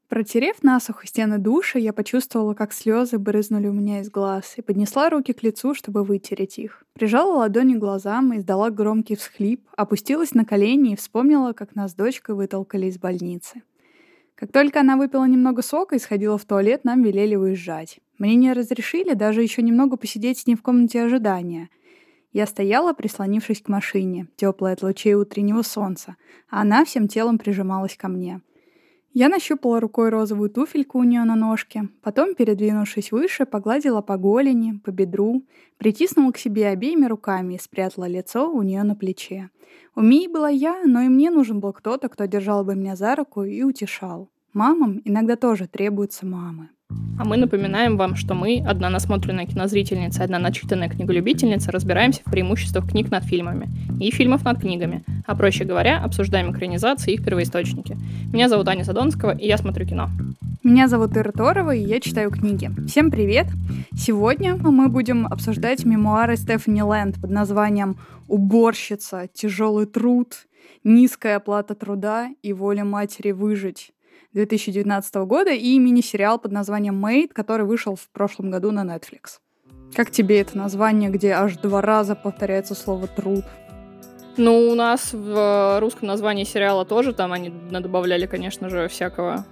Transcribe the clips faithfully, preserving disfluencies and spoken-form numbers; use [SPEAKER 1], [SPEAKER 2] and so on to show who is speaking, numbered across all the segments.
[SPEAKER 1] Протерев насухо стены душа, я почувствовала, как слезы брызнули у меня из глаз, и поднесла руки к лицу, чтобы вытереть их. Прижала ладони к глазам и издала громкий всхлип, опустилась на колени и вспомнила, как нас с дочкой вытолкали из больницы. Как только она выпила немного сока и сходила в туалет, нам велели уезжать. Мне не разрешили даже еще немного посидеть с ней в комнате ожидания. Я стояла, прислонившись к машине, теплая от лучей утреннего солнца, а она всем телом прижималась ко мне. Я нащупала рукой розовую туфельку у нее на ножке, потом, передвинувшись выше, погладила по голени, по бедру, притиснула к себе обеими руками и спрятала лицо у нее на плече. У Мии была я, но и мне нужен был кто-то, кто держал бы меня за руку и утешал. Мамам иногда тоже требуются мамы.
[SPEAKER 2] А мы напоминаем вам, что мы, одна насмотренная кинозрительница, одна начитанная книголюбительница, разбираемся в преимуществах книг над фильмами и фильмов над книгами, а проще говоря, обсуждаем экранизации и их первоисточники. Меня зовут Аня Задонского, и я смотрю кино.
[SPEAKER 1] Меня зовут Ира Торова, и я читаю книги. Всем привет! Сегодня мы будем обсуждать мемуары Стефани Лэнд под названием «Уборщица. Тяжелый труд. Низкая оплата труда и воля матери выжить» две тысячи девятнадцатого года и мини-сериал под названием «Maid», который вышел в прошлом году на Netflix. Как тебе это название, где аж два раза повторяется слово «труд»?
[SPEAKER 2] Ну, у нас в русском названии сериала тоже там они добавляли, конечно же, всякого.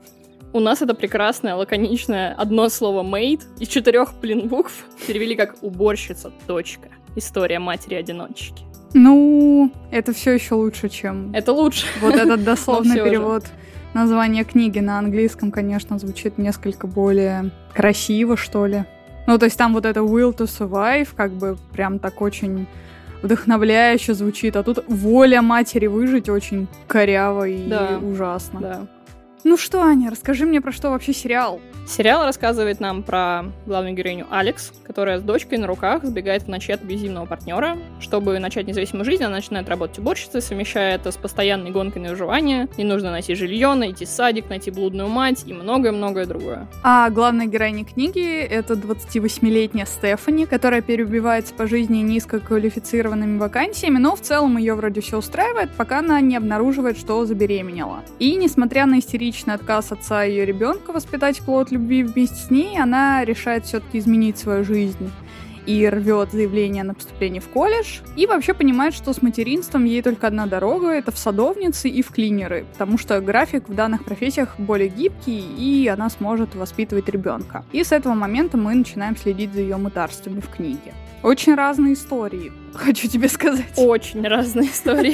[SPEAKER 2] У нас это прекрасное, лаконичное одно слово «maid» из четырех, блин, букв перевели как «уборщица. Точка. История матери-одиночки».
[SPEAKER 1] Ну, это все еще лучше, чем...
[SPEAKER 2] Это лучше.
[SPEAKER 1] Вот этот дословный перевод. Название книги на английском, конечно, звучит несколько более красиво, что ли. Ну, то есть там вот это will to survive, как бы прям так очень вдохновляюще звучит, а тут воля матери выжить очень коряво и да. ужасно.
[SPEAKER 2] Да.
[SPEAKER 1] Ну что, Аня, расскажи мне, про что вообще сериал?
[SPEAKER 2] Сериал рассказывает нам про главную героиню Алекс, которая с дочкой на руках сбегает в ночи от абьюзивного партнера. Чтобы начать независимую жизнь, она начинает работать уборщицей, совмещая это с постоянной гонкой на выживание. Ей нужно найти жилье, найти садик, найти блудную мать и многое-многое другое.
[SPEAKER 1] А главная героиня книги — это двадцативосьмилетняя Стефани, которая переубивается по жизни низкоквалифицированными вакансиями, но в целом ее вроде все устраивает, пока она не обнаруживает, что забеременела. И несмотря на истеричный отказ отца ее ребенка воспитать плод любви вместе с ней, она решает все-таки изменить свою жизнь и рвет заявление на поступление в колледж, и вообще понимает, что с материнством ей только одна дорога — это в садовницы и в клинеры, потому что график в данных профессиях более гибкий, и она сможет воспитывать ребенка. И с этого момента мы начинаем следить за ее мытарствами в книге. Очень разные истории, хочу тебе сказать.
[SPEAKER 2] Очень разные истории.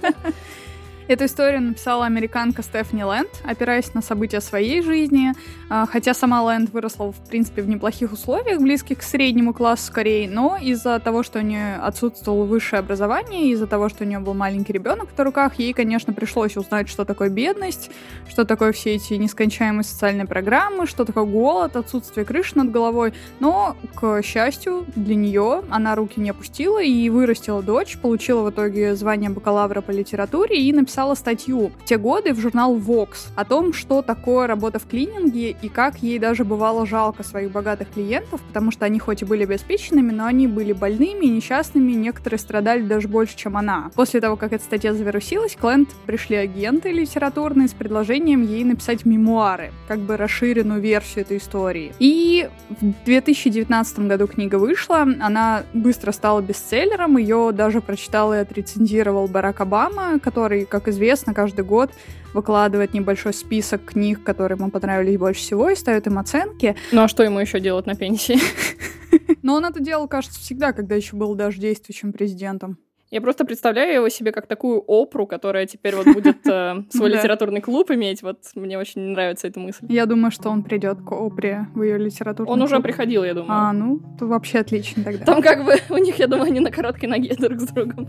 [SPEAKER 1] Эту историю написала американка Стефани Лэнд, опираясь на события своей жизни, хотя сама Лэнд выросла, в принципе, в неплохих условиях, близких к среднему классу скорее, но из-за того, что у нее отсутствовало высшее образование, из-за того, что у нее был маленький ребенок на руках, ей, конечно, пришлось узнать, что такое бедность, что такое все эти нескончаемые социальные программы, что такое голод, отсутствие крыши над головой, но, к счастью, для нее она руки не опустила и вырастила дочь, получила в итоге звание бакалавра по литературе и написала писала статью в те годы в журнал Vox о том, что такое работа в клининге и как ей даже бывало жалко своих богатых клиентов, потому что они хоть и были обеспеченными, но они были больными, несчастными, некоторые страдали даже больше, чем она. После того, как эта статья завирусилась, к Лэнд пришли агенты литературные с предложением ей написать мемуары, как бы расширенную версию этой истории. И в две тысячи девятнадцатом году книга вышла, она быстро стала бестселлером, ее даже прочитал и отрецензировал Барак Обама, который, как известно, каждый год выкладывает небольшой список книг, которые ему понравились больше всего, и ставит им оценки.
[SPEAKER 2] Ну а что ему еще делать на пенсии?
[SPEAKER 1] Но он это делал, кажется, всегда, когда еще был даже действующим президентом.
[SPEAKER 2] Я просто представляю его себе как такую Опру, которая теперь вот будет э, свой
[SPEAKER 1] Да.
[SPEAKER 2] литературный клуб иметь. Вот мне очень нравится эта мысль.
[SPEAKER 1] Я думаю, что он придет к Опре в ее литературный
[SPEAKER 2] Он
[SPEAKER 1] клуб.
[SPEAKER 2] уже приходил, я думаю.
[SPEAKER 1] А, ну, то вообще отлично тогда.
[SPEAKER 2] Там как бы у них, я думаю, они на короткой ноге друг с другом.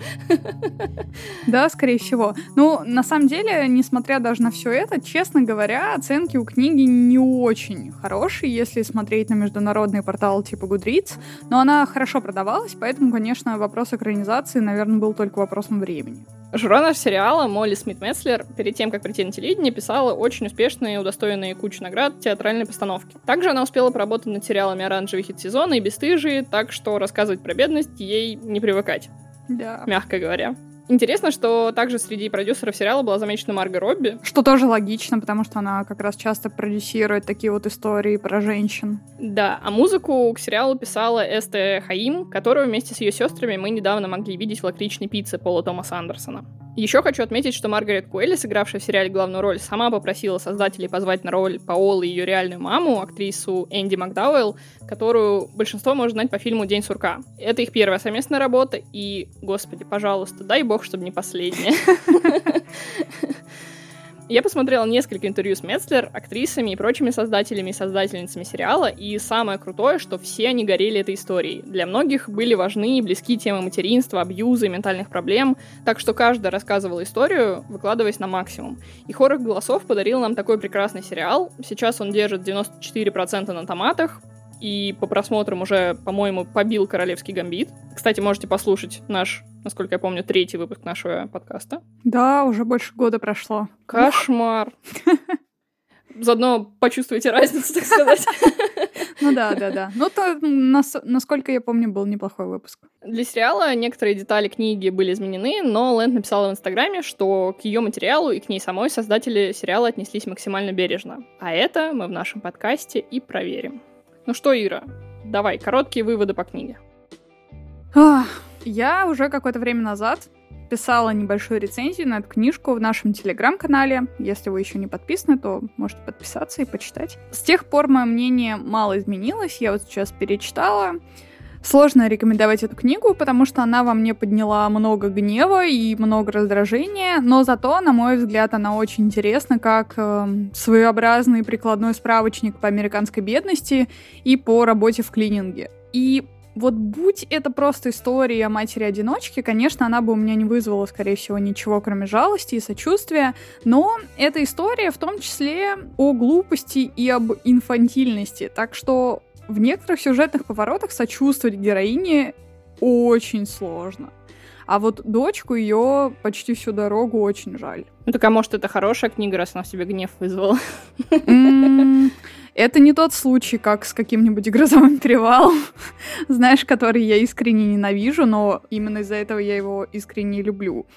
[SPEAKER 1] Да, скорее всего. Ну, на самом деле, несмотря даже на все это, честно говоря, оценки у книги не очень хорошие, если смотреть на международные порталы типа Goodreads, но она хорошо продавалась, поэтому, конечно, вопрос экранизации, наверное, был только вопросом времени.
[SPEAKER 2] Шоураннер сериала Молли Смит-Метслер перед тем, как прийти на телевидение, писала очень успешные, удостоенные кучу наград театральные постановки. Также она успела поработать над сериалами «Оранжевый хит сезона» и «Бесстыжие», так что рассказывать про бедность ей не привыкать.
[SPEAKER 1] Да.
[SPEAKER 2] Мягко говоря. Интересно, что также среди продюсеров сериала была замечена Марго Робби.
[SPEAKER 1] Что тоже логично, потому что она как раз часто продюсирует такие вот истории про женщин.
[SPEAKER 2] Да, а музыку к сериалу писала Эсте Хаим, которую вместе с ее сестрами мы недавно могли видеть в «Лакричной пицце» Пола Томаса Андерсона. Еще хочу отметить, что Маргарет Куэлли, сыгравшая в сериале главную роль, сама попросила создателей позвать на роль Паолы ее реальную маму, актрису Энди Макдауэлл, которую большинство может знать по фильму «День сурка». Это их первая совместная работа, и, господи, пожалуйста, дай бог, чтобы не последняя. Я посмотрела несколько интервью с Метцлер, актрисами и прочими создателями и создательницами сериала, и самое крутое, что все они горели этой историей. Для многих были важны и близки темы материнства, абьюза и ментальных проблем, так что каждая рассказывала историю, выкладываясь на максимум. И хор их голосов подарил нам такой прекрасный сериал. Сейчас он держит девяносто четыре процента на томатах, и по просмотрам уже, по-моему, побил «Королевский гамбит». Кстати, можете послушать наш, насколько я помню, третий выпуск нашего подкаста.
[SPEAKER 1] Да, уже больше года прошло.
[SPEAKER 2] Кошмар. Заодно почувствуйте разницу, так сказать.
[SPEAKER 1] Ну да, да, да. Ну, то, насколько я помню, был неплохой выпуск.
[SPEAKER 2] Для сериала некоторые детали книги были изменены, но Лэнд написала в Инстаграме, что к ее материалу и к ней самой создатели сериала отнеслись максимально бережно. А это мы в нашем подкасте и проверим. Ну что, Ира, давай, короткие выводы по книге.
[SPEAKER 1] Я уже какое-то время назад писала небольшую рецензию на эту книжку в нашем телеграм-канале. Если вы еще не подписаны, то можете подписаться и почитать. С тех пор мое мнение мало изменилось. Я вот сейчас перечитала. Сложно рекомендовать эту книгу, потому что она во мне подняла много гнева и много раздражения, но зато, на мой взгляд, она очень интересна как э, своеобразный прикладной справочник по американской бедности и по работе в клининге. И вот будь это просто история о матери-одиночке, конечно, она бы у меня не вызвала, скорее всего, ничего, кроме жалости и сочувствия, но эта история в том числе о глупости и об инфантильности, так что в некоторых сюжетных поворотах сочувствовать героине очень сложно. А вот дочку ее почти всю дорогу очень жаль.
[SPEAKER 2] Ну так а может это хорошая книга, раз она в себе гнев вызвала?
[SPEAKER 1] Это не тот случай, как с каким-нибудь «Грозовым перевалом», знаешь, который я искренне ненавижу, но именно из-за этого я его искренне люблю.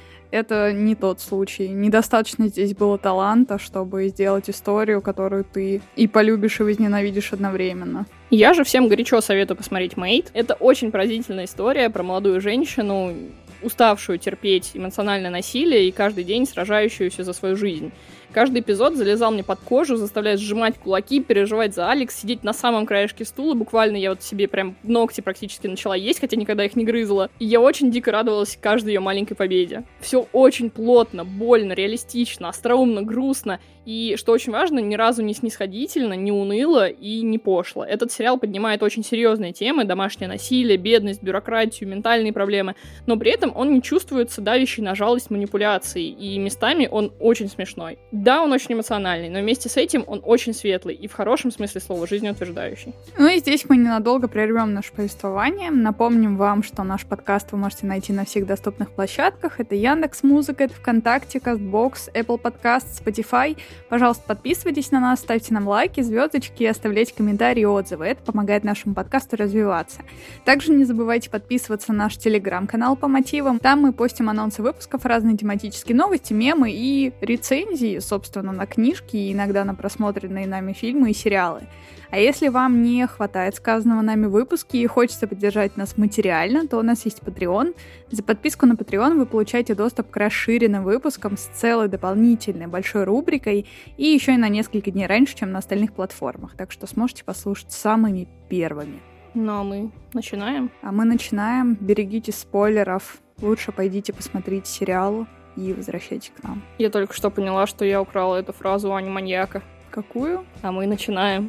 [SPEAKER 1] Это не тот случай. Недостаточно здесь было таланта, чтобы сделать историю, которую ты и полюбишь, и возненавидишь одновременно.
[SPEAKER 2] Я же всем горячо советую посмотреть «Мэйд». Это очень поразительная история про молодую женщину, уставшую терпеть эмоциональное насилие и каждый день сражающуюся за свою жизнь. Каждый эпизод залезал мне под кожу, заставляя сжимать кулаки, переживать за Алекс, сидеть на самом краешке стула. Буквально я вот себе прям ногти практически начала есть, хотя никогда их не грызла. И я очень дико радовалась каждой ее маленькой победе. Все очень плотно, больно, реалистично, остроумно, грустно. И, что очень важно, ни разу не снисходительно, не уныло и не пошло. Этот сериал поднимает очень серьезные темы: домашнее насилие, бедность, бюрократию, ментальные проблемы. Но при этом он не чувствуется давящей на жалость манипуляцией. И местами он очень смешной. Да, он очень эмоциональный, но вместе с этим он очень светлый и в хорошем смысле слова жизнеутверждающий.
[SPEAKER 1] Ну и здесь мы ненадолго прервем наше повествование. Напомним вам, что наш подкаст вы можете найти на всех доступных площадках. Это Яндекс.Музыка, это ВКонтакте, Кастбокс, Apple Podcast, Spotify. Пожалуйста, подписывайтесь на нас, ставьте нам лайки, звездочки и оставляйте комментарии и отзывы. Это помогает нашему подкасту развиваться. Также не забывайте подписываться на наш телеграм-канал по мотивам. Там мы постим анонсы выпусков, разные тематические новости, мемы и рецензии, собственно, на книжки и иногда на просмотренные нами фильмы и сериалы. А если вам не хватает сказанного нами в выпуске и хочется поддержать нас материально, то у нас есть Patreon. За подписку на Patreon вы получаете доступ к расширенным выпускам с целой дополнительной большой рубрикой и еще и на несколько дней раньше, чем на остальных платформах. Так что сможете послушать самыми первыми.
[SPEAKER 2] Ну а мы начинаем?
[SPEAKER 1] А мы начинаем. Берегитесь спойлеров. Лучше пойдите посмотрите сериал и возвращайтесь к нам.
[SPEAKER 2] Я только что поняла, что я украла эту фразу у Ани Маньяка.
[SPEAKER 1] Какую?
[SPEAKER 2] А мы начинаем.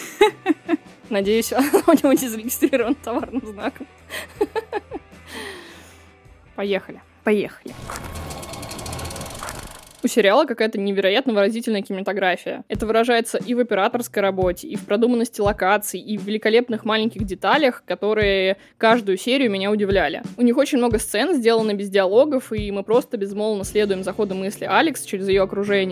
[SPEAKER 2] Надеюсь, она у него не зарегистрирована товарным знаком. Поехали.
[SPEAKER 1] Поехали.
[SPEAKER 2] У сериала какая-то невероятно выразительная кинематография. Это выражается и в операторской работе, и в продуманности локаций, и в великолепных маленьких деталях, которые каждую серию меня удивляли. У них очень много сцен, сделаны без диалогов, и мы просто безмолвно следуем за ходом мысли Алекс через ее окружение.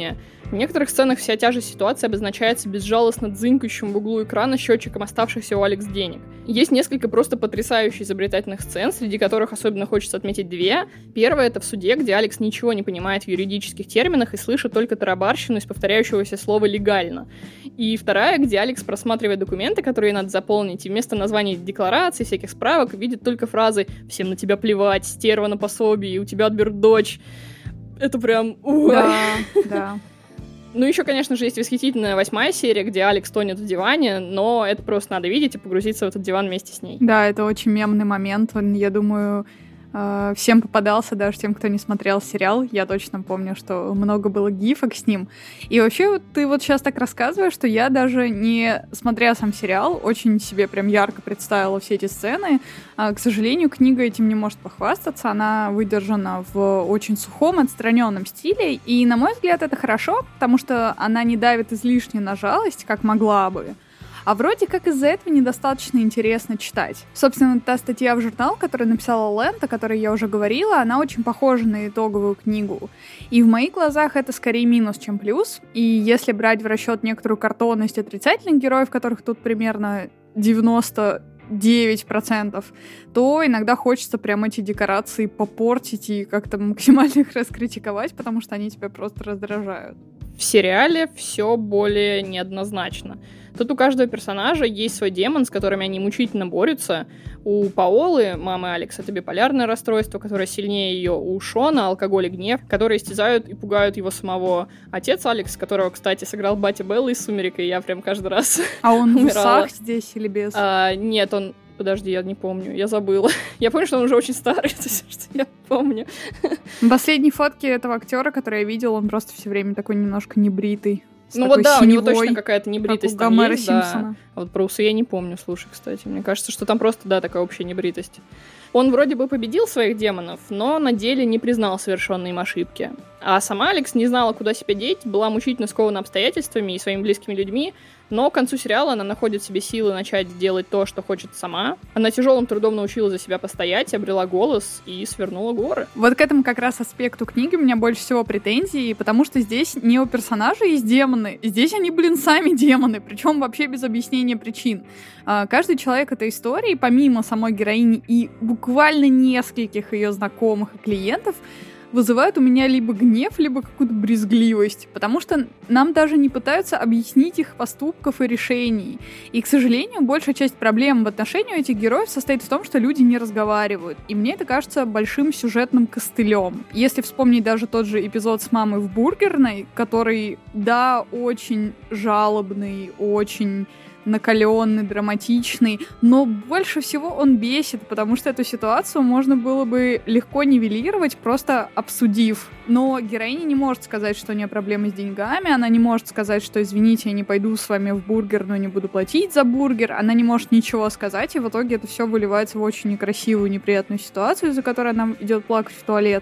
[SPEAKER 2] В некоторых сценах вся тяжесть ситуации обозначается безжалостно дзынькающим в углу экрана счетчиком оставшихся у Алекс денег. Есть несколько просто потрясающе изобретательных сцен, среди которых особенно хочется отметить две. Первая — это в суде, где Алекс ничего не понимает в юридических терминах и слышит только тарабарщину из повторяющегося слова «легально». И вторая, где Алекс просматривает документы, которые надо заполнить, и вместо названий деклараций, всяких справок, видит только фразы «всем на тебя плевать», «стерва на пособии», «у тебя отберут дочь». Это прям...
[SPEAKER 1] Да, да.
[SPEAKER 2] Ну, еще, конечно же, есть восхитительная восьмая серия, где Алекс тонет в диване, но это просто надо видеть и погрузиться в этот диван вместе с ней.
[SPEAKER 1] Да, это очень мемный момент. Он, я думаю, всем попадался, даже тем, кто не смотрел сериал. Я точно помню, что много было гифок с ним. И вообще, вот ты вот сейчас так рассказываешь, что я даже не смотря сам сериал, очень себе прям ярко представила все эти сцены. А, к сожалению, книга этим не может похвастаться. Она выдержана в очень сухом, отстраненном стиле. И, на мой взгляд, это хорошо, потому что она не давит излишне на жалость, как могла бы. А вроде как из-за этого недостаточно интересно читать. Собственно, та статья в журнал, которую написала Лэнд, о которой я уже говорила, она очень похожа на итоговую книгу. И в моих глазах это скорее минус, чем плюс. И если брать в расчет некоторую картонность отрицательных героев, которых тут примерно девяносто девять процентов, то иногда хочется прям эти декорации попортить и как-то максимально их раскритиковать, потому что они тебя просто раздражают.
[SPEAKER 2] В сериале все более неоднозначно. Тут у каждого персонажа есть свой демон, с которыми они мучительно борются. У Паолы, мамы Алекс, это биполярное расстройство, которое сильнее ее. У Шона алкоголь и гнев, которые истязают и пугают его самого. Отец Алекс, которого, кстати, сыграл батя Беллы из «Сумерек», и я прям каждый раз
[SPEAKER 1] А он в
[SPEAKER 2] умирала.
[SPEAKER 1] усах здесь или без?
[SPEAKER 2] А, нет, он... Подожди, я не помню, я забыла. Я помню, что он уже очень старый, это все, что я помню.
[SPEAKER 1] В последней фотке этого актера, который я видел, он просто все время такой немножко небритый.
[SPEAKER 2] Ну вот да,
[SPEAKER 1] синевой,
[SPEAKER 2] у него точно какая-то небритость
[SPEAKER 1] как у Гомера
[SPEAKER 2] есть,
[SPEAKER 1] Симпсона.
[SPEAKER 2] Да. А вот про усы я не помню, слушай, кстати. Мне кажется, что там просто, да, такая общая небритость. Он вроде бы победил своих демонов, но на деле не признал совершенные им ошибки. А сама Алекс не знала, куда себя деть, была мучительно скована обстоятельствами и своими близкими людьми, но к концу сериала она находит в себе силы начать делать то, что хочет сама. Она тяжелым трудом научилась за себя постоять, обрела голос и свернула горы.
[SPEAKER 1] Вот к этому как раз аспекту книги у меня больше всего претензий, потому что здесь не у персонажей есть демоны, здесь они, блин, сами демоны, причем вообще без объяснения причин. Каждый человек этой истории, помимо самой героини и буквально нескольких ее знакомых и клиентов, вызывают у меня либо гнев, либо какую-то брезгливость, потому что нам даже не пытаются объяснить их поступков и решений. И, к сожалению, большая часть проблем в отношении этих героев состоит в том, что люди не разговаривают. И мне это кажется большим сюжетным костылем. Если вспомнить даже тот же эпизод с мамой в бургерной, который, да, очень жалобный, очень накаленный, драматичный, но больше всего он бесит, потому что эту ситуацию можно было бы легко нивелировать, просто обсудив. Но героиня не может сказать, что у нее проблемы с деньгами, она не может сказать, что, извините, я не пойду с вами в бургерную, не буду платить за бургер, она не может ничего сказать, и в итоге это все выливается в очень некрасивую, неприятную ситуацию, из-за которой она идет плакать в туалет.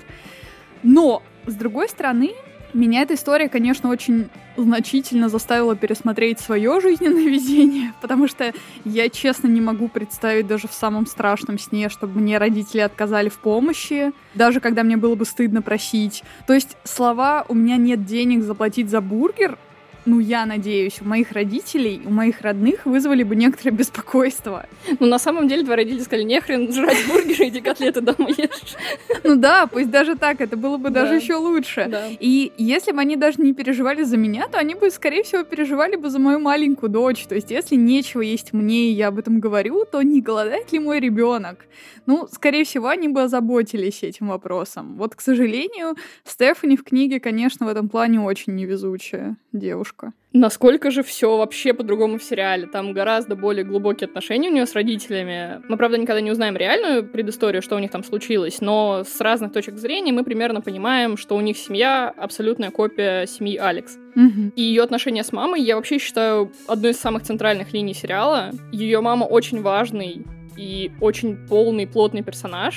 [SPEAKER 1] Но, с другой стороны, меня эта история, конечно, очень значительно заставила пересмотреть свое жизненное везение, потому что я, честно, не могу представить даже в самом страшном сне, чтобы мне родители отказали в помощи, даже когда мне было бы стыдно просить. То есть слова «у меня нет денег заплатить за бургер», ну, я надеюсь, у моих родителей, у моих родных вызвали бы некоторое беспокойство.
[SPEAKER 2] Ну, на самом деле, твои родители сказали, нехрен жрать бургеры, иди котлеты дома ешь.
[SPEAKER 1] Ну да, пусть даже так, это было бы даже
[SPEAKER 2] Да.
[SPEAKER 1] еще лучше.
[SPEAKER 2] Да.
[SPEAKER 1] И если бы они даже не переживали за меня, то они бы, скорее всего, переживали бы за мою маленькую дочь. То есть, если нечего есть мне, и я об этом говорю, то не голодает ли мой ребенок? Ну, скорее всего, они бы озаботились этим вопросом. Вот, к сожалению, Стефани в книге, конечно, в этом плане очень невезучая девушка.
[SPEAKER 2] Насколько же все вообще по-другому в сериале. Там гораздо более глубокие отношения у нее с родителями. Мы, правда, никогда не узнаем реальную предысторию, что у них там случилось, но с разных точек зрения мы примерно понимаем, что у них семья абсолютная копия семьи Алекс.
[SPEAKER 1] Угу.
[SPEAKER 2] И ее отношения с мамой я вообще считаю одной из самых центральных линий сериала. Ее мама очень важный и очень полный, плотный персонаж.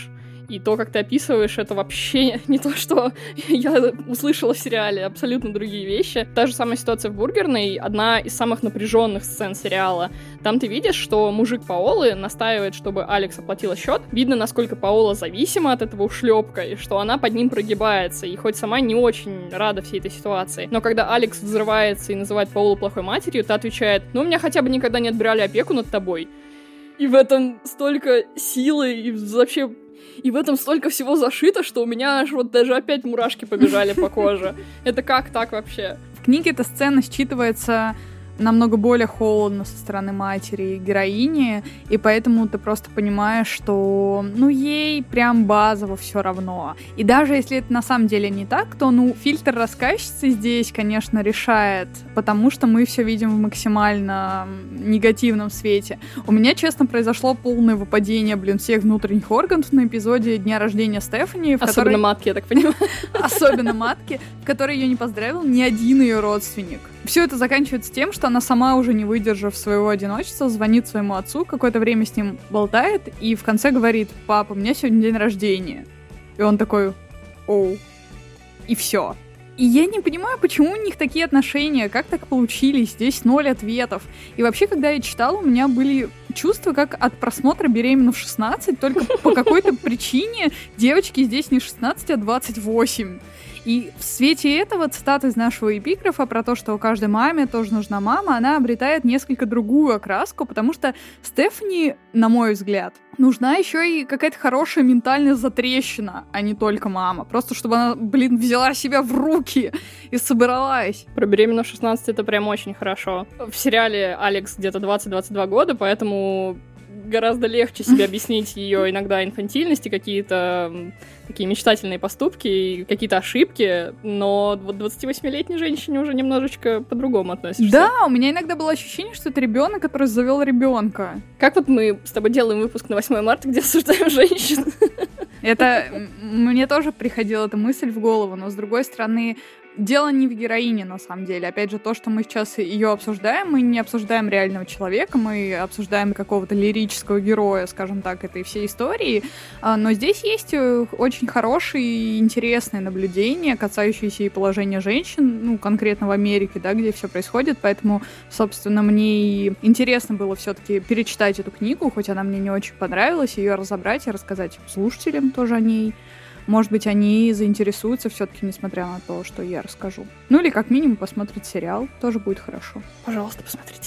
[SPEAKER 2] И то, как ты описываешь, это вообще не то, что я услышала в сериале. Абсолютно другие вещи. Та же самая ситуация в «Бургерной». Одна из самых напряженных сцен сериала. Там ты видишь, что мужик Паолы настаивает, чтобы Алекс оплатила счет. Видно, насколько Паола зависима от этого ушлепка, и что она под ним прогибается. И хоть сама не очень рада всей этой ситуации. Но когда Алекс взрывается и называет Паолу плохой матерью, та отвечает: ну, у меня хотя бы никогда не отбирали опеку над тобой. И в этом столько силы, и вообще... И в этом столько всего зашито, что у меня аж вот даже опять мурашки побежали по коже. Это как так вообще?
[SPEAKER 1] В книге эта сцена считывается намного более холодно со стороны матери и героини, и поэтому ты просто понимаешь, что, ну, ей прям базово все равно. И даже если это на самом деле не так, то, ну, фильтр рассказчицы здесь, конечно, решает, потому что мы все видим в максимально негативном свете. У меня, честно, произошло полное выпадение, блин, всех внутренних органов на эпизоде дня рождения Стефани.
[SPEAKER 2] Особенно
[SPEAKER 1] который...
[SPEAKER 2] матки, я так понимаю.
[SPEAKER 1] Особенно матки, в которой ее не поздравил ни один ее родственник. Все это заканчивается тем, что она сама, уже не выдержав своего одиночества, звонит своему отцу, какое-то время с ним болтает, и в конце говорит: папа, у меня сегодня день рождения. И он такой: оу. И все. И я не понимаю, почему у них такие отношения, как так получились, здесь ноль ответов. И вообще, когда я читала, у меня были чувства, как от просмотра «Беременна в шестнадцать», только по какой-то причине девочки здесь не шестнадцать, а двадцать восемь. И в свете этого цитата из нашего эпиграфа про то, что каждой маме тоже нужна мама, она обретает несколько другую окраску, потому что Стефани, на мой взгляд, нужна еще и какая-то хорошая ментальная затрещина, а не только мама. Просто чтобы она, блин, взяла себя в руки и собралась.
[SPEAKER 2] Про «Беременна в шестнадцать» это прям очень хорошо. В сериале Алекс где-то двадцать-двадцать два года, поэтому гораздо легче себе объяснить ее иногда инфантильности, какие-то такие мечтательные поступки и какие-то ошибки, но вот двадцативосьмилетней женщине уже немножечко по-другому относишься.
[SPEAKER 1] Да, у меня иногда было ощущение, что это ребенок, который завел ребенка.
[SPEAKER 2] Как вот мы с тобой делаем выпуск на восьмое марта, где обсуждаем женщин.
[SPEAKER 1] Это мне тоже приходила эта мысль в голову, но с другой стороны, дело не в героине, на самом деле. Опять же, то, что мы сейчас ее обсуждаем, мы не обсуждаем реального человека, мы обсуждаем какого-то лирического героя, скажем так, этой всей истории. Но здесь есть очень хорошие и интересные наблюдения, касающиеся и положения женщин, ну, конкретно в Америке, да, где все происходит. Поэтому, собственно, мне и интересно было все-таки перечитать эту книгу, хоть она мне не очень понравилась, ее разобрать и рассказать слушателям тоже о ней. Может быть, они заинтересуются все-таки, несмотря на то, что я расскажу. Ну или как минимум посмотрят сериал, тоже будет хорошо.
[SPEAKER 2] Пожалуйста, посмотрите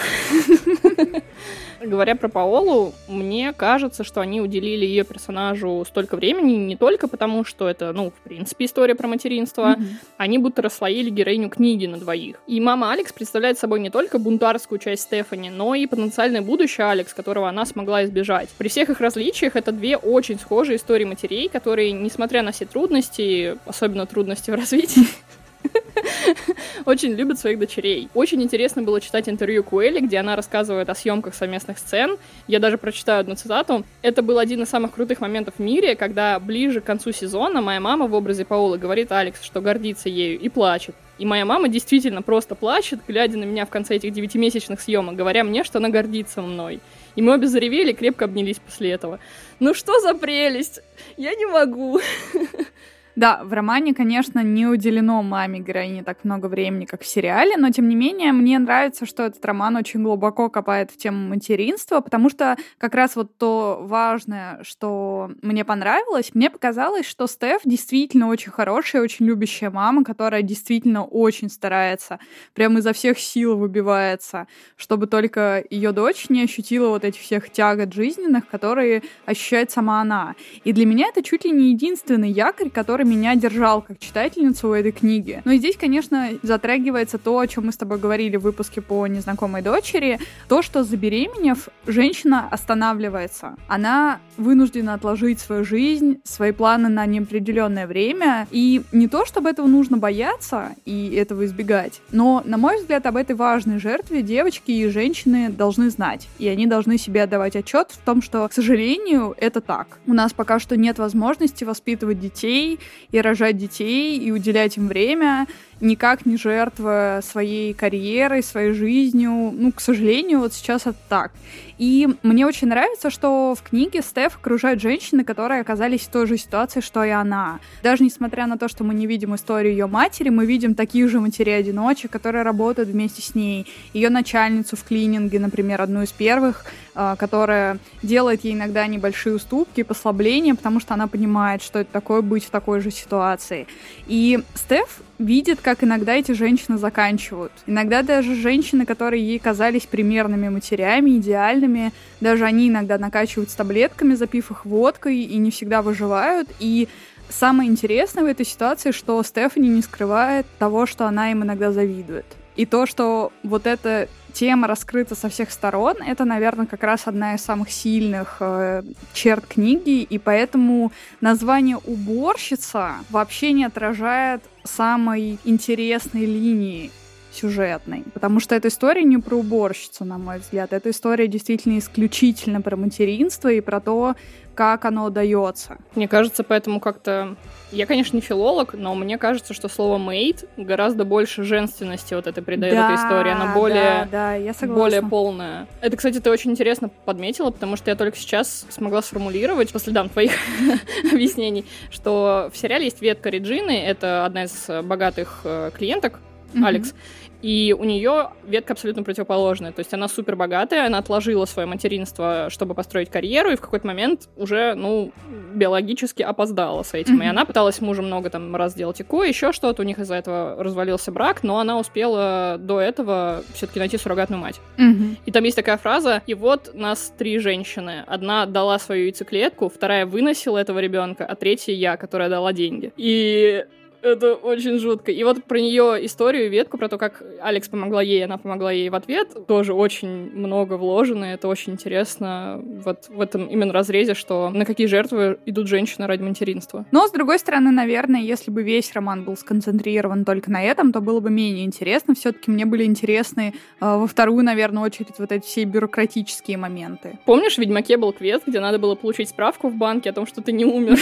[SPEAKER 2] сериал. Говоря про Паолу, мне кажется, что они уделили ее персонажу столько времени не только потому, что это, ну, в принципе, история про материнство. Mm-hmm. Они будто расслоили героиню книги на двоих. И мама Алекс представляет собой не только бунтарскую часть Стефани, но и потенциальное будущее Алекс, которого она смогла избежать. При всех их различиях это две очень схожие истории матерей, которые, несмотря на все трудности, особенно трудности в развитии, очень любят своих дочерей. Очень интересно было читать интервью Куэлли, где она рассказывает о съемках совместных сцен. Я даже прочитаю одну цитату. Это был один из самых крутых моментов в мире, когда ближе к концу сезона моя мама в образе Паолы говорит Алекс, что гордится ею, и плачет. И моя мама действительно просто плачет, глядя на меня в конце этих девятимесячных съемок, говоря мне, что она гордится мной. И мы обе заревели, крепко обнялись после этого. Ну что за прелесть? Я не могу.
[SPEAKER 1] Да, в романе, конечно, не уделено маме героине так много времени, как в сериале, но, тем не менее, мне нравится, что этот роман очень глубоко копает в тему материнства, потому что как раз вот то важное, что мне понравилось, мне показалось, что Стеф действительно очень хорошая, очень любящая мама, которая действительно очень старается, прям изо всех сил выбивается, чтобы только ее дочь не ощутила вот этих всех тягот жизненных, которые ощущает сама она. И для меня это чуть ли не единственный якорь, который меня держал как читательницу этой книги. Но и здесь, конечно, затрагивается то, о чем мы с тобой говорили в выпуске по «Незнакомой дочери», то, что, забеременев, женщина останавливается. Она вынуждена отложить свою жизнь, свои планы на неопределенное время, и не то, чтобы этого нужно бояться и этого избегать, но, на мой взгляд, об этой важной жертве девочки и женщины должны знать, и они должны себе отдавать отчет в том, что, к сожалению, это так. У нас пока что нет возможности воспитывать детей и рожать детей, и уделять им время, никак не жертвуя своей карьерой, своей жизнью. Ну, к сожалению, вот сейчас это так. И мне очень нравится, что в книге Стеф окружают женщины, которые оказались в той же ситуации, что и она. Даже несмотря на то, что мы не видим историю ее матери, мы видим таких же матерей-одиночек, которые работают вместе с ней. Ее начальницу в клининге, например, одну из первых, которая делает ей иногда небольшие уступки, послабления, потому что она понимает, что это такое быть в такой же ситуации. И Стеф видит, как иногда эти женщины заканчивают. Иногда даже женщины, которые ей казались примерными матерями, идеальными, даже они иногда накачиваются таблетками, запив их водкой, и не всегда выживают. И самое интересное в этой ситуации, что Стефани не скрывает того, что она им иногда завидует. И то, что вот эта тема раскрыта со всех сторон, это, наверное, как раз одна из самых сильных э, черт книги, и поэтому название «уборщица» вообще не отражает самой интересной линии сюжетной, потому что эта история не про уборщицу, на мой взгляд, эта история действительно исключительно про материнство и про то, как оно дается.
[SPEAKER 2] Мне кажется, поэтому как-то... Я, конечно, не филолог, но мне кажется, что слово «мейд» гораздо больше женственности вот это придает
[SPEAKER 1] да,
[SPEAKER 2] этой истории. Она более,
[SPEAKER 1] да, да, я согласна.
[SPEAKER 2] более полная. Это, кстати, ты очень интересно подметила, потому что я только сейчас смогла сформулировать, по следам твоих объяснений, что в сериале есть ветка Реджины, это одна из богатых клиенток, Алекс, и у нее ветка абсолютно противоположная. То есть она супер богатая, она отложила свое материнство, чтобы построить карьеру, и в какой-то момент уже, ну, биологически опоздала с этим. Mm-hmm. И она пыталась с мужем много там раз делать ЭКО, еще что-то, у них из-за этого развалился брак, но она успела до этого все-таки найти суррогатную мать. Mm-hmm. И там есть такая фраза: и вот нас три женщины. Одна дала свою яйцеклетку, вторая выносила этого ребенка, а третья я, которая дала деньги. И... это очень жутко. И вот про нее историю, ветку, про то, как Алекс помогла ей, она помогла ей в ответ, тоже очень много вложено, и это очень интересно вот в этом именно разрезе, что на какие жертвы идут женщины ради материнства.
[SPEAKER 1] Но, с другой стороны, наверное, если бы весь роман был сконцентрирован только на этом, то было бы менее интересно. Все-таки мне были интересны э, во вторую, наверное, очередь вот эти все бюрократические моменты.
[SPEAKER 2] Помнишь, в «Ведьмаке» был квест, где надо было получить справку в банке о том, что ты не умер?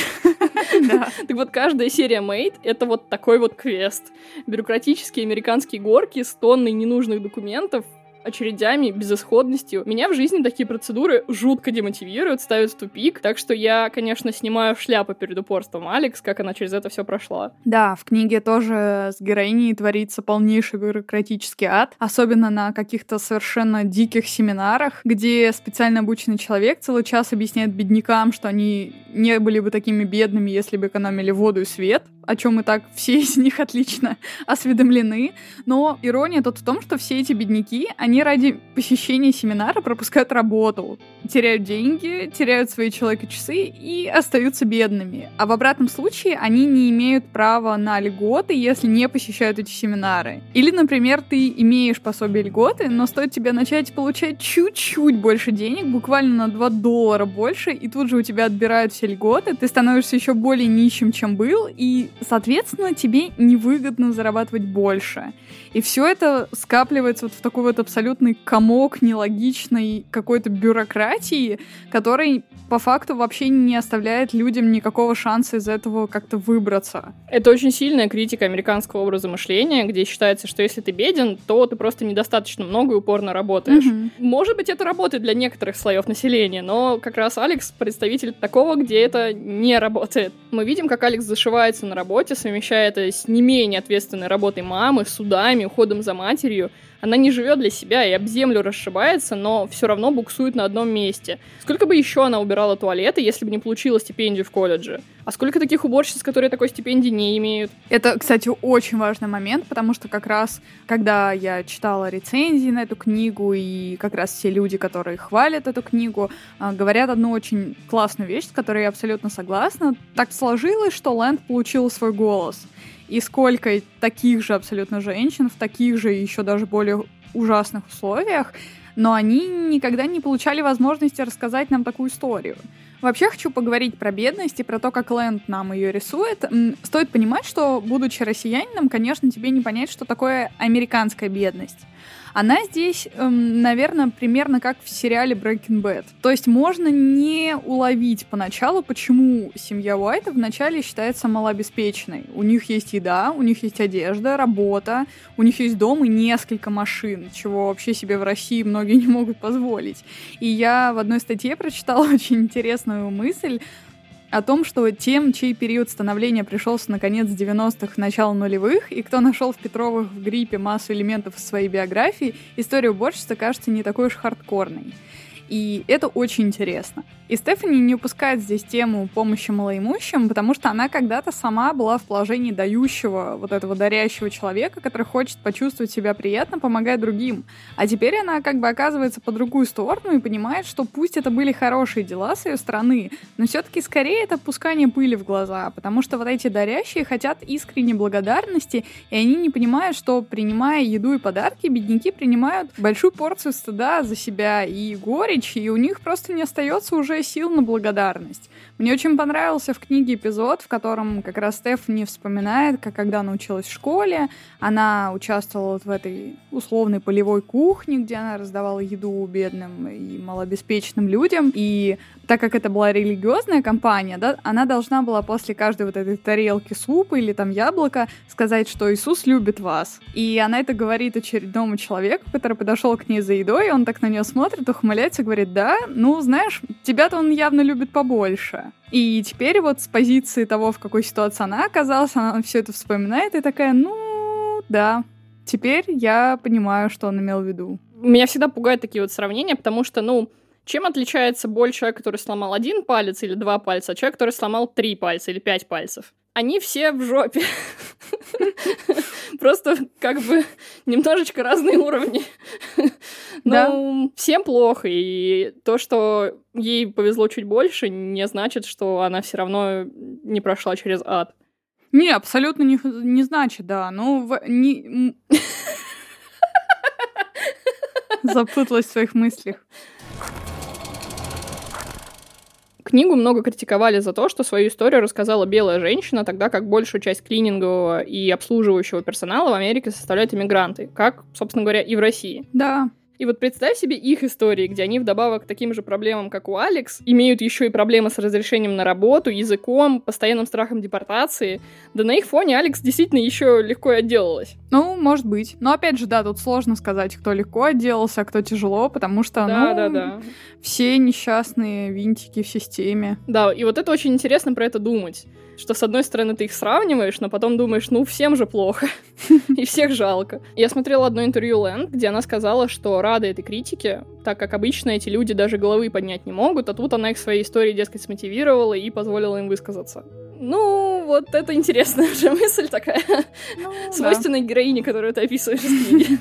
[SPEAKER 1] Да.
[SPEAKER 2] Так вот, каждая серия «Мейд» — это вот такой вот квест. Бюрократические американские горки с тонной ненужных документов, очередями, безысходностью. Меня в жизни такие процедуры жутко демотивируют, ставят в тупик. Так что я, конечно, снимаю шляпу перед упорством Алекс, как она через это все прошла.
[SPEAKER 1] Да, в книге тоже с героиней творится полнейший бюрократический ад. Особенно на каких-то совершенно диких семинарах, где специально обученный человек целый час объясняет беднякам, что они не были бы такими бедными, если бы экономили воду и свет, о чем и так все из них отлично осведомлены. Но ирония тут в том, что все эти бедняки, они ради посещения семинара пропускают работу, теряют деньги, теряют свои человека-часы и остаются бедными. А в обратном случае они не имеют права на льготы, если не посещают эти семинары. Или, например, ты имеешь пособие льготы, но стоит тебе начать получать чуть-чуть больше денег, буквально на два доллара больше, и тут же у тебя отбирают все льготы, ты становишься еще более нищим, чем был, и, соответственно, тебе невыгодно зарабатывать больше. И все это скапливается вот в такой вот абсолютный комок нелогичной какой-то бюрократии, который по факту вообще не оставляет людям никакого шанса из этого как-то выбраться.
[SPEAKER 2] Это очень сильная критика американского образа мышления, где считается, что если ты беден, то ты просто недостаточно много и упорно работаешь. Mm-hmm. Может быть, это работает для некоторых слоев населения, но как раз Алекс представитель такого, где это не работает. Мы видим, как Алекс зашивается на работе, совмещая это с не менее ответственной работой мамы, судами, уходом за матерью. Она не живет для себя и об землю расшибается, но все равно буксует на одном месте. Сколько бы еще она убирала туалеты, если бы не получила стипендию в колледже? А сколько таких уборщиц, которые такой стипендии не имеют?
[SPEAKER 1] Это, кстати, очень важный момент, потому что как раз, когда я читала рецензии на эту книгу, и как раз все люди, которые хвалят эту книгу, говорят одну очень классную вещь, с которой я абсолютно согласна. Так сложилось, что Лэнд получила свой голос. И сколько таких же абсолютно женщин в таких же еще даже более ужасных условиях, но они никогда не получали возможности рассказать нам такую историю. Вообще хочу поговорить про бедность и про то, как Лэнд нам ее рисует. Стоит понимать, что, будучи россиянином, конечно, тебе не понять, что такое американская бедность. Она здесь, эм, наверное, примерно как в сериале Breaking Bad. То есть можно не уловить поначалу, почему семья Уайта вначале считается малообеспеченной. У них есть еда, у них есть одежда, работа, у них есть дом и несколько машин, чего вообще себе в России многие не могут позволить. И я в одной статье прочитала очень интересную мысль о том, что тем, чей период становления пришелся на конец девяностых, начало нулевых, и кто нашел в Петровых в гриппе массу элементов из своей биографии, история уборщицы кажется не такой уж хардкорной. И это очень интересно. И Стефани не упускает здесь тему помощи малоимущим, потому что она когда-то сама была в положении дающего, вот этого дарящего человека, который хочет почувствовать себя приятно, помогая другим. А теперь она как бы оказывается по другую сторону и понимает, что пусть это были хорошие дела с ее стороны, но все-таки скорее это пускание пыли в глаза, потому что вот эти дарящие хотят искренней благодарности, и они не понимают, что, принимая еду и подарки, бедняки принимают большую порцию стыда за себя и горечь, и у них просто не остается уже сил на благодарность. Мне очень понравился в книге эпизод, в котором как раз Стефани вспоминает, как когда она училась в школе, она участвовала вот в этой условной полевой кухне, где она раздавала еду бедным и малообеспеченным людям, и так как это была религиозная компания, да, она должна была после каждой вот этой тарелки супа или там яблока сказать, что Иисус любит вас. И она это говорит очередному человеку, который подошел к ней за едой, и он так на нее смотрит, ухмыляется и говорит: да, ну, знаешь, тебя-то он явно любит побольше. И теперь вот с позиции того, в какой ситуации она оказалась, она все это вспоминает и такая: ну, да, теперь я понимаю, что он имел в виду.
[SPEAKER 2] Меня всегда пугают такие вот сравнения, потому что, ну, чем отличается боль человека, который сломал один палец или два пальца, от человека, который сломал три пальца или пять пальцев? Они все в жопе. Просто как бы немножечко разные уровни. Ну, всем плохо, и то, что ей повезло чуть больше, не значит, что она все равно не прошла через ад.
[SPEAKER 1] Не, абсолютно не, не значит, да. Ну, в, не... Запуталась в своих мыслях.
[SPEAKER 2] Книгу много критиковали за то, что свою историю рассказала белая женщина, тогда как большую часть клинингового и обслуживающего персонала в Америке составляют иммигранты, как, собственно говоря, и в России.
[SPEAKER 1] Да.
[SPEAKER 2] И вот представь себе их истории, где они вдобавок к таким же проблемам, как у Алекс, имеют еще и проблемы с разрешением на работу, языком, постоянным страхом депортации. Да на их фоне Алекс действительно еще легко и отделалась.
[SPEAKER 1] Ну, может быть. Но опять же, да, тут сложно сказать, кто легко отделался, а кто тяжело, потому что,
[SPEAKER 2] да,
[SPEAKER 1] ну,
[SPEAKER 2] да, да.
[SPEAKER 1] все несчастные винтики в системе.
[SPEAKER 2] Да, и вот это очень интересно про это думать. Что, с одной стороны, ты их сравниваешь, но потом думаешь, ну, всем же плохо, и всех жалко. Я смотрела одно интервью Лэнд, где она сказала, что рада этой критике, так как обычно эти люди даже головы поднять не могут, а тут она их своей историей, дескать, смотивировала и позволила им высказаться. Ну, вот это интересная же мысль такая, ну, свойственная да. героине, которую ты описываешь в книге.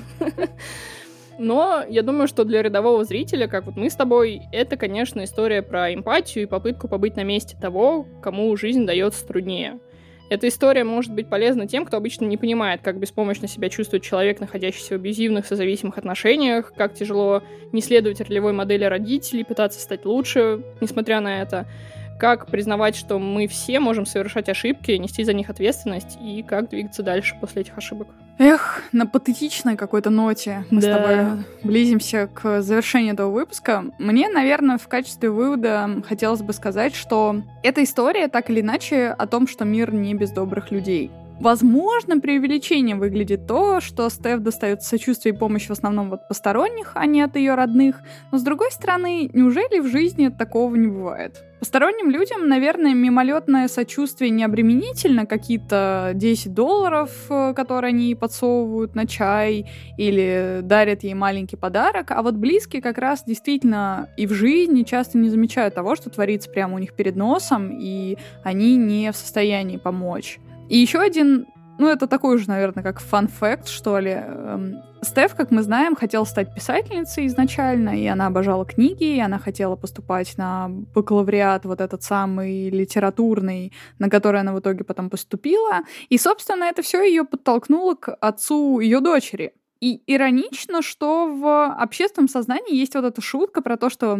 [SPEAKER 2] Но я думаю, что для рядового зрителя, как вот мы с тобой, это, конечно, история про эмпатию и попытку побыть на месте того, кому жизнь дается труднее. Эта история может быть полезна тем, кто обычно не понимает, как беспомощно себя чувствует человек, находящийся в абьюзивных, созависимых отношениях, как тяжело не следовать ролевой модели родителей, пытаться стать лучше, несмотря на это, как признавать, что мы все можем совершать ошибки, нести за них ответственность, и как двигаться дальше после этих ошибок.
[SPEAKER 1] Эх, на патетичной какой-то ноте мы да. с тобой близимся к завершению этого выпуска. Мне, наверное, в качестве вывода хотелось бы сказать, что эта история так или иначе о том, что мир не без добрых людей. Возможно, преувеличением выглядит то, что Стеф достает сочувствие и помощь в основном от посторонних, а не от ее родных. Но, с другой стороны, неужели в жизни такого не бывает? Посторонним людям, наверное, мимолетное сочувствие не обременительно, какие-то десять долларов, которые они ей подсовывают на чай, или дарят ей маленький подарок, а вот близкие как раз действительно и в жизни часто не замечают того, что творится прямо у них перед носом, и они не в состоянии помочь. И еще один, ну это такой же, наверное, как фан-факт, что ли. Стеф, как мы знаем, хотела стать писательницей изначально, и она обожала книги, и она хотела поступать на бакалавриат, вот этот самый литературный, на который она в итоге потом поступила. И, собственно, это все ее подтолкнуло к отцу ее дочери. И иронично, что в общественном сознании есть вот эта шутка про то, что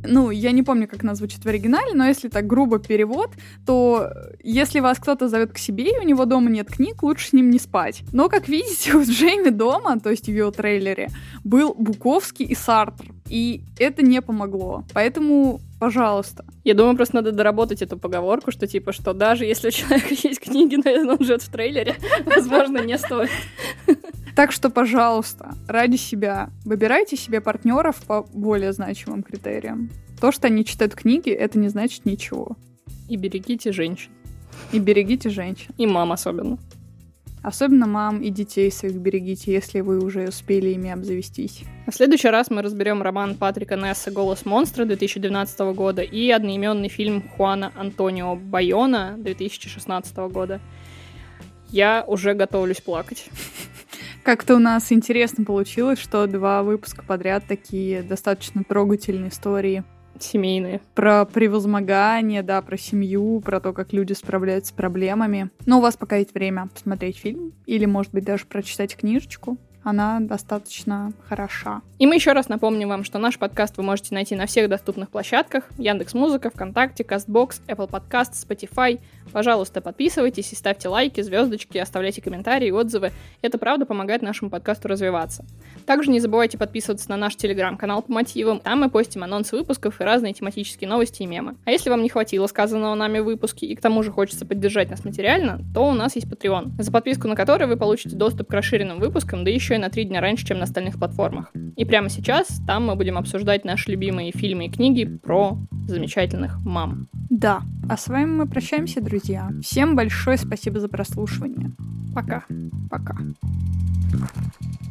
[SPEAKER 1] ну, я не помню, как она звучит в оригинале, но если так грубо перевод, то если вас кто-то зовет к себе, и у него дома нет книг, лучше с ним не спать. Но, как видите, у Джейми дома, то есть в ее трейлере, был Буковский и Сартр, и это не помогло. Поэтому, пожалуйста.
[SPEAKER 2] Я думаю, просто надо доработать эту поговорку, что типа, что даже если у человека есть книги, но он живет в трейлере, возможно, не стоит.
[SPEAKER 1] Так что, пожалуйста, ради себя выбирайте себе партнеров по более значимым критериям. То, что они читают книги, это не значит ничего.
[SPEAKER 2] И берегите женщин.
[SPEAKER 1] И берегите женщин.
[SPEAKER 2] И мам особенно.
[SPEAKER 1] Особенно мам и детей своих берегите, если вы уже успели ими обзавестись.
[SPEAKER 2] В следующий раз мы разберем роман Патрика Несса «Голос монстра» две тысячи двенадцатого года и одноименный фильм Хуана Антонио Байона две тысячи шестнадцатого года. Я уже готовлюсь плакать.
[SPEAKER 1] Как-то у нас интересно получилось, что два выпуска подряд такие достаточно трогательные истории.
[SPEAKER 2] Семейные.
[SPEAKER 1] Про превозмогание, да, про семью, про то, как люди справляются с проблемами. Но у вас пока есть время посмотреть фильм или, может быть, даже прочитать книжечку. Она достаточно хороша.
[SPEAKER 2] И мы еще раз напомним вам, что наш подкаст вы можете найти на всех доступных площадках: Яндекс.Музыка, ВКонтакте, Castbox, Apple Podcast, Spotify. Пожалуйста, подписывайтесь и ставьте лайки, звездочки, оставляйте комментарии, отзывы. Это правда помогает нашему подкасту развиваться. Также не забывайте подписываться на наш телеграм-канал по мотивам. Там мы постим анонсы выпусков и разные тематические новости и мемы. А если вам не хватило сказанного нами в выпуске и к тому же хочется поддержать нас материально, то у нас есть Patreon, за подписку на который вы получите доступ к расширенным выпускам, да еще и на три дня раньше, чем на остальных платформах. И прямо сейчас там мы будем обсуждать наши любимые фильмы и книги про замечательных мам.
[SPEAKER 1] Да, а с вами мы прощаемся, друзья. Всем большое спасибо за прослушивание.
[SPEAKER 2] Пока.
[SPEAKER 1] Пока.